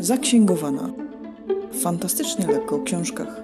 Zaksięgowana. Fantastycznie lekko o książkach.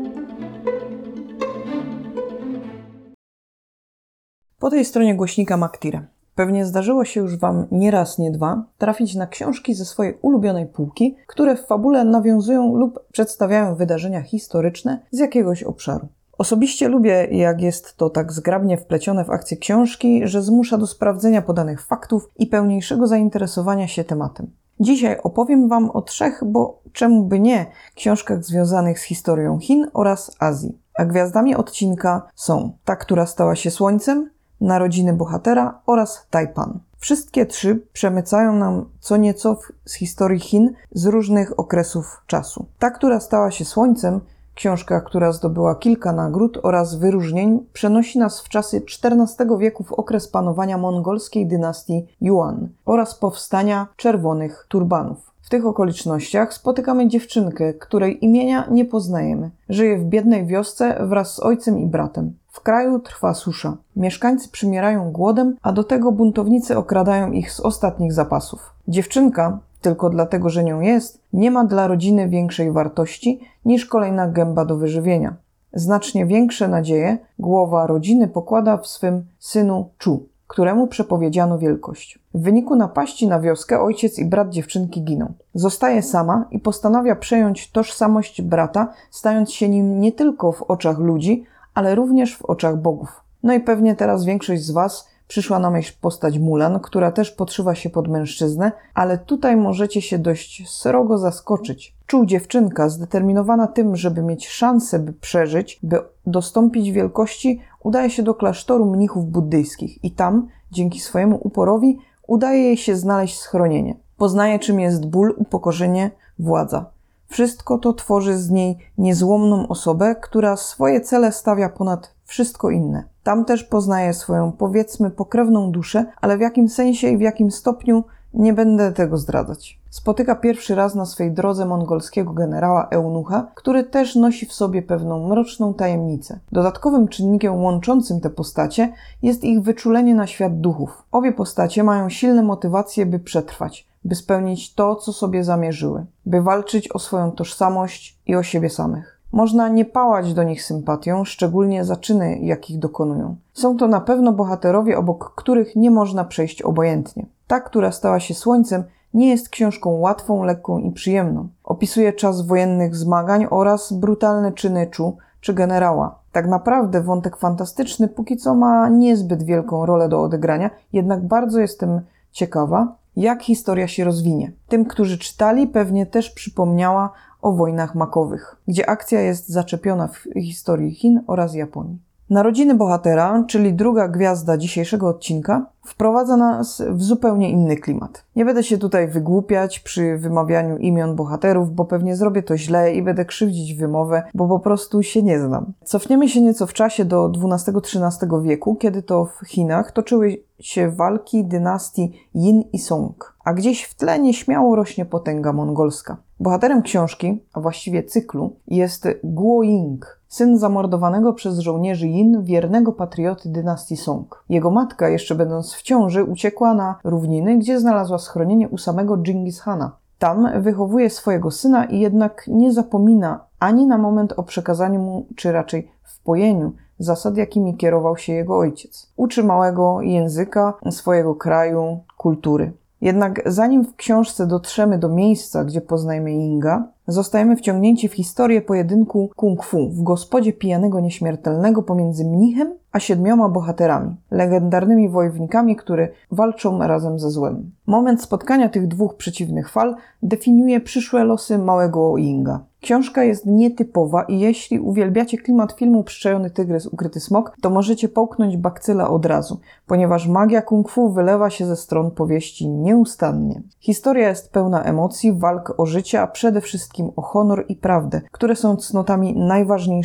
Po tej stronie głośnika Maktire. Pewnie zdarzyło się już Wam nie raz, nie dwa trafić na książki ze swojej ulubionej półki, które w fabule nawiązują lub przedstawiają wydarzenia historyczne z jakiegoś obszaru. Osobiście lubię, jak jest to tak zgrabnie wplecione w akcję książki, że zmusza do sprawdzenia podanych faktów i pełniejszego zainteresowania się tematem. Dzisiaj opowiem Wam o 3, bo czemu by nie, książkach związanych z historią Chin oraz Azji. A gwiazdami odcinka są Ta, która stała się słońcem, Narodziny bohatera oraz Tajpan. Wszystkie 3 przemycają nam co nieco z historii Chin z różnych okresów czasu. Ta, która stała się słońcem, książka, która zdobyła kilka nagród oraz wyróżnień, przenosi nas w czasy XIV wieku w okres panowania mongolskiej dynastii Yuan oraz powstania czerwonych turbanów. W tych okolicznościach spotykamy dziewczynkę, której imienia nie poznajemy. Żyje w biednej wiosce wraz z ojcem i bratem. W kraju trwa susza. Mieszkańcy przymierają głodem, a do tego buntownicy okradają ich z ostatnich zapasów. Dziewczynka, tylko dlatego, że nią jest, nie ma dla rodziny większej wartości niż kolejna gęba do wyżywienia. Znacznie większe nadzieje głowa rodziny pokłada w swym synu Chu, któremu przepowiedziano wielkość. W wyniku napaści na wioskę ojciec i brat dziewczynki giną. Zostaje sama i postanawia przejąć tożsamość brata, stając się nim nie tylko w oczach ludzi, ale również w oczach bogów. No i pewnie teraz większość z Was przyszła na myśl postać Mulan, która też podszywa się pod mężczyznę, ale tutaj możecie się dość srogo zaskoczyć. Chu, dziewczynka zdeterminowana tym, żeby mieć szansę, by przeżyć, by dostąpić wielkości, udaje się do klasztoru mnichów buddyjskich i tam, dzięki swojemu uporowi, udaje jej się znaleźć schronienie. Poznaje, czym jest ból, upokorzenie, władza. Wszystko to tworzy z niej niezłomną osobę, która swoje cele stawia ponad wszystko inne. Tam też poznaje swoją, powiedzmy, pokrewną duszę, ale w jakim sensie i w jakim stopniu nie będę tego zdradzać. Spotyka pierwszy raz na swej drodze mongolskiego generała eunucha, który też nosi w sobie pewną mroczną tajemnicę. Dodatkowym czynnikiem łączącym te postacie jest ich wyczulenie na świat duchów. Obie postacie mają silne motywacje, by przetrwać, by spełnić to, co sobie zamierzyły, by walczyć o swoją tożsamość i o siebie samych. Można nie pałać do nich sympatią, szczególnie za czyny, jakich dokonują. Są to na pewno bohaterowie, obok których nie można przejść obojętnie. Ta, która stała się słońcem, nie jest książką łatwą, lekką i przyjemną. Opisuje czas wojennych zmagań oraz brutalne czyny Chu czy generała. Tak naprawdę wątek fantastyczny póki co ma niezbyt wielką rolę do odegrania, jednak bardzo jestem ciekawa, jak historia się rozwinie. Tym, którzy czytali, pewnie też przypomniała o wojnach makowych, gdzie akcja jest zaczepiona w historii Chin oraz Japonii. Narodziny bohatera, czyli druga gwiazda dzisiejszego odcinka, wprowadza nas w zupełnie inny klimat. Nie będę się tutaj wygłupiać przy wymawianiu imion bohaterów, bo pewnie zrobię to źle i będę krzywdzić wymowę, bo po prostu się nie znam. Cofniemy się nieco w czasie do XII-XIII wieku, kiedy to w Chinach toczyły się walki dynastii Yin i Song, a gdzieś w tle nieśmiało rośnie potęga mongolska. Bohaterem książki, a właściwie cyklu, jest Guo Ying, syn zamordowanego przez żołnierzy Yin wiernego patrioty dynastii Song. Jego matka, jeszcze będąc w ciąży, uciekła na równiny, gdzie znalazła schronienie u samego Dżingis Hana. Tam wychowuje swojego syna i jednak nie zapomina ani na moment o przekazaniu mu, czy raczej wpojeniu, zasad, jakimi kierował się jego ojciec. Uczy małego języka swojego kraju, kultury. Jednak zanim w książce dotrzemy do miejsca, gdzie poznajemy Yinga, zostajemy wciągnięci w historię pojedynku kung fu w gospodzie pijanego nieśmiertelnego pomiędzy mnichem a 7 bohaterami, legendarnymi wojownikami, które walczą razem ze złem. Moment spotkania tych dwóch przeciwnych fal definiuje przyszłe losy małego Yinga. Książka jest nietypowa i jeśli uwielbiacie klimat filmu Przyczajony tygrys, ukryty smok, to możecie połknąć bakcyla od razu, ponieważ magia kung fu wylewa się ze stron powieści nieustannie. Historia jest pełna emocji, walk o życie, a przede wszystkim o honor i prawdę, które są cnotami najważniejszymi.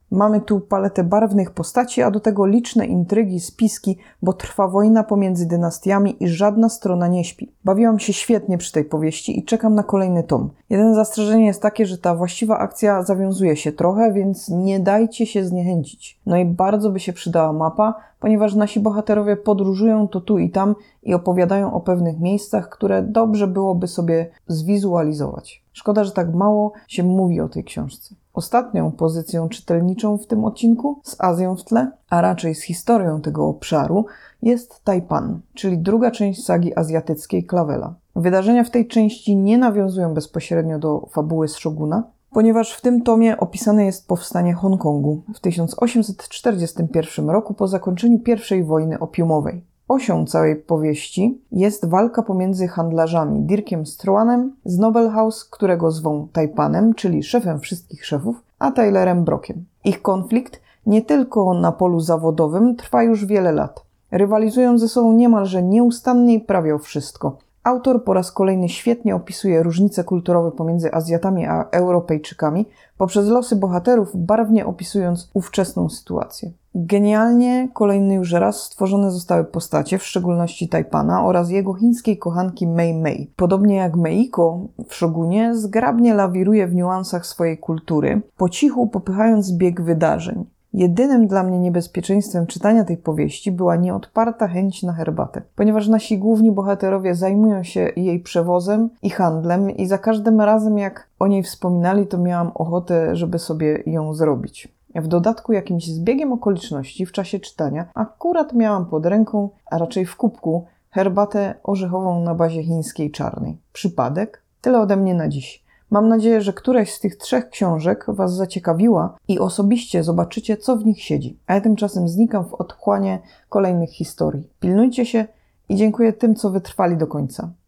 Mamy tu paletę barwnych postaci, a do tego liczne intrygi, spiski, bo trwa wojna pomiędzy dynastiami i żadna strona nie śpi. Bawiłam się świetnie przy tej powieści i czekam na kolejny tom. Jedyne zastrzeżenie jest takie, że ta właściwa akcja zawiązuje się trochę, więc nie dajcie się zniechęcić. No i bardzo by się przydała mapa, ponieważ nasi bohaterowie podróżują to tu i tam i opowiadają o pewnych miejscach, które dobrze byłoby sobie zwizualizować. Szkoda, że tak mało się mówi o tej książce. Ostatnią pozycją czytelniczą w tym odcinku, z Azją w tle, a raczej z historią tego obszaru, jest Taipan, czyli druga część sagi azjatyckiej Klawela. Wydarzenia w tej części nie nawiązują bezpośrednio do fabuły z Szoguna, ponieważ w tym tomie opisane jest powstanie Hongkongu w 1841 roku po zakończeniu I wojny opiumowej. Osią całej powieści jest walka pomiędzy handlarzami Dirkiem Struanem z Noble House, którego zwą Taipanem, czyli szefem wszystkich szefów, a Tylerem Brockiem. Ich konflikt nie tylko na polu zawodowym trwa już wiele lat. Rywalizują ze sobą niemalże nieustannie i prawie o wszystko. Autor po raz kolejny świetnie opisuje różnice kulturowe pomiędzy Azjatami a Europejczykami, poprzez losy bohaterów barwnie opisując ówczesną sytuację. Genialnie kolejny już raz stworzone zostały postacie, w szczególności Taipana oraz jego chińskiej kochanki Mei Mei. Podobnie jak Meiko w Szogunie, zgrabnie lawiruje w niuansach swojej kultury, po cichu popychając bieg wydarzeń. Jedynym dla mnie niebezpieczeństwem czytania tej powieści była nieodparta chęć na herbatę, ponieważ nasi główni bohaterowie zajmują się jej przewozem i handlem i za każdym razem jak o niej wspominali, to miałam ochotę, żeby sobie ją zrobić. W dodatku jakimś zbiegiem okoliczności w czasie czytania akurat miałam pod ręką, a raczej w kubku, herbatę orzechową na bazie chińskiej czarnej. Przypadek? Tyle ode mnie na dziś. Mam nadzieję, że któraś z tych 3 książek Was zaciekawiła i osobiście zobaczycie, co w nich siedzi. A ja tymczasem znikam w otchłanie kolejnych historii. Pilnujcie się i dziękuję tym, co wytrwali do końca.